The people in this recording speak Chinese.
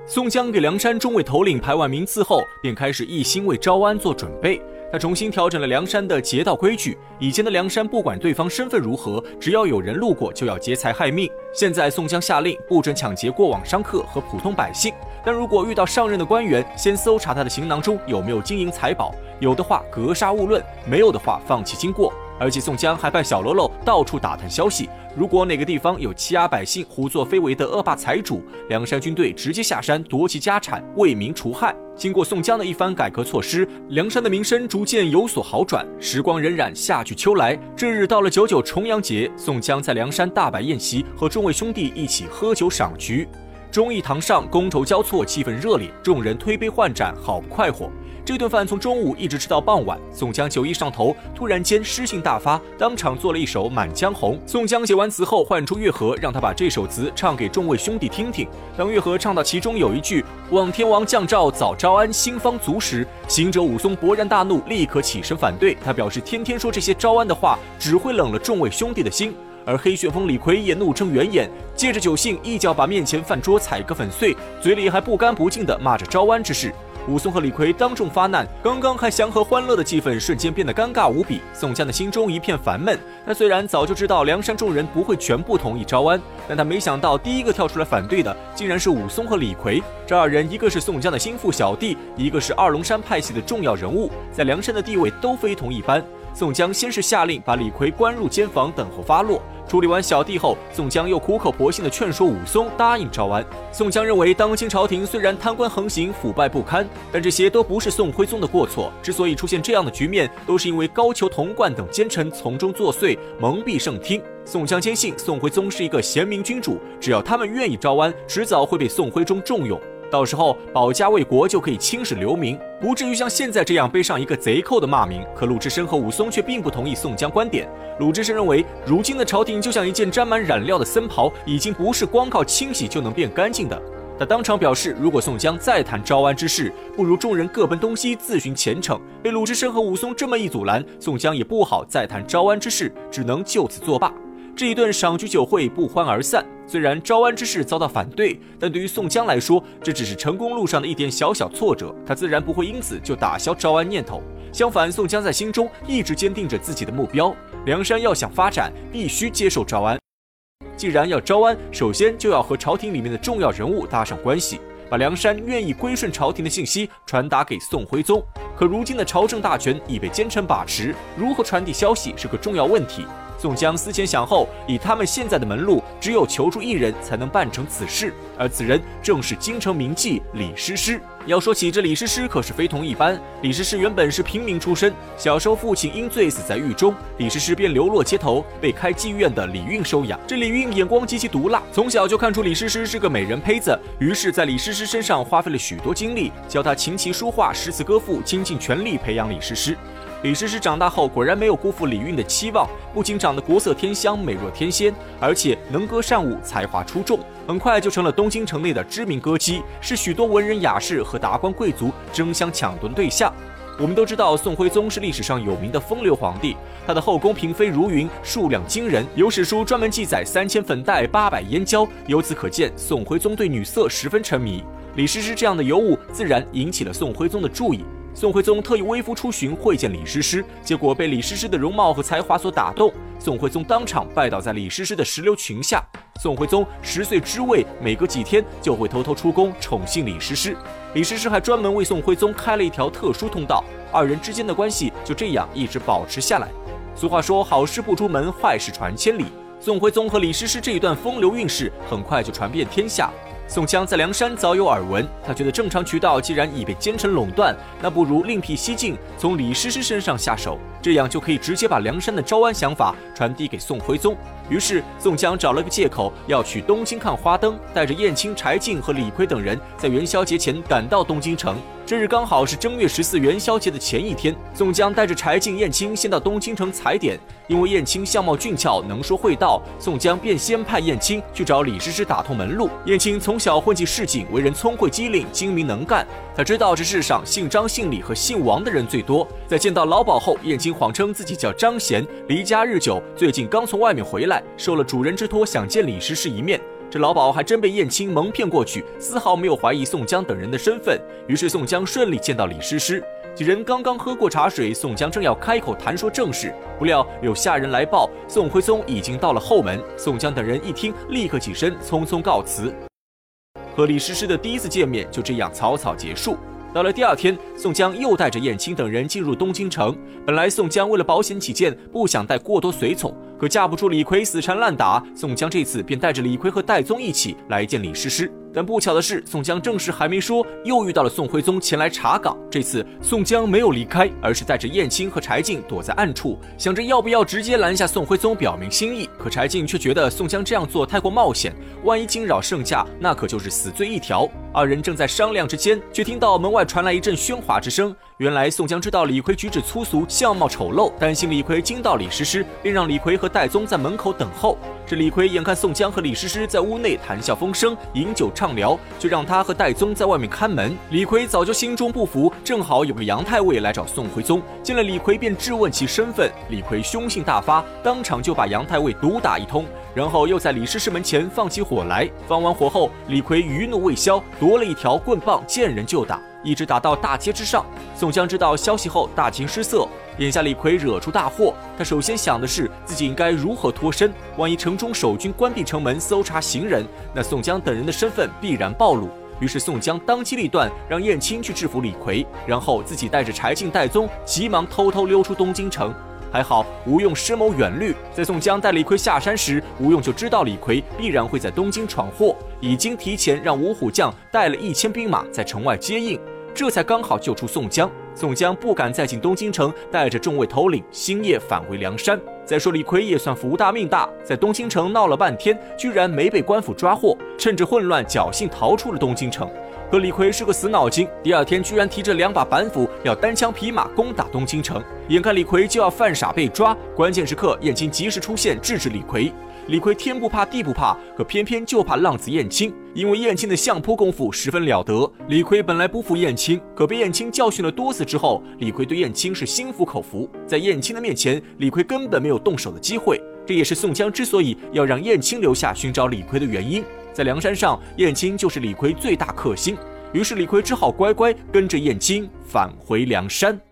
宋江给梁山中尉头领排完名次后，便开始一心为招安做准备。他重新调整了梁山的劫道规矩，以前的梁山不管对方身份如何，只要有人路过就要劫财害命。现在宋江下令不准抢劫过往商客和普通百姓，但如果遇到上任的官员，先搜查他的行囊中有没有金银财宝，有的话格杀勿论，没有的话放弃经过。而且宋江还派小喽啰到处打探消息，如果哪个地方有欺压百姓、胡作非为的恶霸财主，梁山军队直接下山夺其家产，为民除害。经过宋江的一番改革措施，梁山的名声逐渐有所好转。时光荏苒，夏去秋来，这日到了99重阳节，宋江在梁山大摆宴席，和众位兄弟一起喝酒赏菊。忠义堂上觥筹交错，气氛热烈，众人推杯换盏，好不快活。这顿饭从中午一直吃到傍晚，宋江酒意上头，突然间诗兴大发，当场做了一首《满江红》。宋江写完词后，唤出月河，让他把这首词唱给众位兄弟听听。当月河唱到其中有一句“望天王降诏早招安，兴方足”时，行者武松勃然大怒，立刻起身反对。他表示天天说这些招安的话，只会冷了众位兄弟的心。而黑旋风李逵也怒睁圆眼，借着酒兴，一脚把面前饭桌踩个粉碎，嘴里还不干不净地骂着招安之事。武松和李逵当众发难，刚刚还祥和欢乐的气氛瞬间变得尴尬无比。宋江的心中一片烦闷，他虽然早就知道梁山众人不会全部同意招安，但他没想到第一个跳出来反对的竟然是武松和李逵。这二人一个是宋江的心腹小弟，一个是二龙山派系的重要人物，在梁山的地位都非同一般。宋江先是下令把李逵关入监房等候发落，处理完小弟后，宋江又苦口婆心地劝说武松答应招安。宋江认为当今朝廷虽然贪官横行、腐败不堪，但这些都不是宋徽宗的过错。之所以出现这样的局面，都是因为高俅、童贯等奸臣从中作祟，蒙蔽圣听。宋江坚信宋徽宗是一个贤明君主，只要他们愿意招安，迟早会被宋徽宗重用。到时候保家卫国就可以青史留名，不至于像现在这样背上一个贼寇的骂名。可鲁智深和武松却并不同意宋江观点。鲁智深认为，如今的朝廷就像一件沾满染料的僧袍，已经不是光靠清洗就能变干净的。他当场表示，如果宋江再谈招安之事，不如众人各奔东西，自寻前程。被鲁智深和武松这么一阻拦，宋江也不好再谈招安之事，只能就此作罢。这一顿赏菊酒会不欢而散。虽然招安之事遭到反对，但对于宋江来说，这只是成功路上的一点小小挫折，他自然不会因此就打消招安念头。相反，宋江在心中一直坚定着自己的目标，梁山要想发展，必须接受招安。既然要招安，首先就要和朝廷里面的重要人物搭上关系，把梁山愿意归顺朝廷的信息传达给宋徽宗。可如今的朝政大权已被奸臣把持，如何传递消息是个重要问题。宋江思前想后，以他们现在的门路，只有求助一人才能办成此事，而此人正是京城名妓李师师。要说起这李师师可是非同一般，李师师原本是平民出身，小时候父亲因罪死在狱中，李师师便流落街头，被开妓院的李运收养。这李运眼光极其毒辣，从小就看出李师师是个美人胚子，于是在李师师身上花费了许多精力，教他琴棋书画、诗词歌赋，倾尽全力培养李师师。李师师长大后果然没有辜负李运的期望，不仅长得国色天香、美若天仙，而且能歌善舞，才华出众，很快就成了东京城内的知名歌姬，是许多文人雅士和达官贵族争相抢夺的对象。我们都知道宋徽宗是历史上有名的风流皇帝，他的后宫嫔妃如云，数量惊人，有史书专门记载3000粉黛800燕娇，由此可见宋徽宗对女色十分沉迷。李师师这样的尤物自然引起了宋徽宗的注意。宋徽宗特意微服出巡会见李师师，结果被李师师的容貌和才华所打动，宋徽宗当场拜倒在李师师的石榴裙下。宋徽宗10岁之位，每隔几天就会偷偷出宫宠幸李师师。李师师还专门为宋徽宗开了一条特殊通道，二人之间的关系就这样一直保持下来。俗话说，好事不出门，坏事传千里。宋徽宗和李师师这一段风流韵事很快就传遍天下。宋江在梁山早有耳闻，他觉得正常渠道既然已被奸臣垄断，那不如另辟蹊径，从李师师身上下手，这样就可以直接把梁山的招安想法传递给宋徽宗。于是宋江找了个借口要去东京看花灯，带着燕青、柴进和李逵等人在元宵节前赶到东京城。这日刚好是正月14元宵节的前一天，宋江带着柴进、燕青先到东京城踩点。因为燕青相貌俊俏，能说会道，宋江便先派燕青去找李师师打通门路。燕青从小混迹市井，为人聪慧机灵，精明能干。他知道这世上姓张、姓李和姓王的人最多。在见到老鸨后，燕青谎称自己叫张贤，离家日久，最近刚从外面回来，受了主人之托想见李师师一面。 这老鸨还真被燕青蒙骗过去，丝毫没有怀疑宋江等人的身份。于是宋江顺利见到李师师。几人刚刚喝过茶水，宋江正要开口谈说正事，不料有下人来报，宋徽宗已经到了后门。宋江等人一听，立刻起身，匆匆告辞。和李师师的第一次见面就这样草草结束。到了第二天，宋江又带着燕青等人进入东京城。本来宋江为了保险起见，不想带过多随从，可架不住李逵死缠烂打，宋江这次便带着李逵和戴宗一起来见李师师。但不巧的是，宋江正事还没说，又遇到了宋徽宗前来查岗。这次宋江没有离开，而是带着燕青和柴进躲在暗处，想着要不要直接拦下宋徽宗表明心意。可柴进却觉得宋江这样做太过冒险，万一惊扰圣驾，那可就是死罪一条。二人正在商量之间，却听到门外传来一阵喧哗之声。原来宋江知道李逵举止粗俗，相貌丑陋，担心李逵惊到李师师，便让李逵和戴宗在门口等候。这李逵眼看宋江和李师师在屋内谈笑风生，饮酒畅聊，就让他和戴宗在外面看门。李逵早就心中不服，正好有个杨太尉来找宋徽宗，见了李逵便质问其身份。李逵凶性大发，当场就把杨太尉毒打一通，然后又在李师师门前放起火来。放完火后，李逵余怒未消，夺了一条棍棒，见人就打，一直打到大街之上。宋江知道消息后大惊失色，眼下李逵惹出大祸，他首先想的是自己应该如何脱身，万一城中守军关闭城门搜查行人，那宋江等人的身份必然暴露。于是宋江当机立断，让燕青去制服李逵，然后自己带着柴进、戴宗急忙偷偷溜出东京城。还好吴用深谋远虑，在宋江带李逵下山时，吴用就知道李逵必然会在东京闯祸，已经提前让五虎将带了1000兵马在城外接应，这才刚好救出宋江。宋江不敢再进东京城，带着众位头领星夜返回梁山。再说李逵也算福大命大，在东京城闹了半天，居然没被官府抓获，趁着混乱侥幸逃出了东京城。可李逵是个死脑筋，第二天居然提着2把板斧要单枪匹马攻打东京城。眼看李逵就要犯傻被抓，关键时刻燕青及时出现制止李逵。李逵天不怕地不怕，可偏偏就怕浪子燕青，因为燕青的相扑功夫十分了得。李逵本来不服燕青，可被燕青教训了多次之后，李逵对燕青是心服口服。在燕青的面前，李逵根本没有动手的机会。这也是宋江之所以要让燕青留下寻找李逵的原因。在梁山上，燕青就是李逵最大克星，于是李逵只好乖乖跟着燕青返回梁山。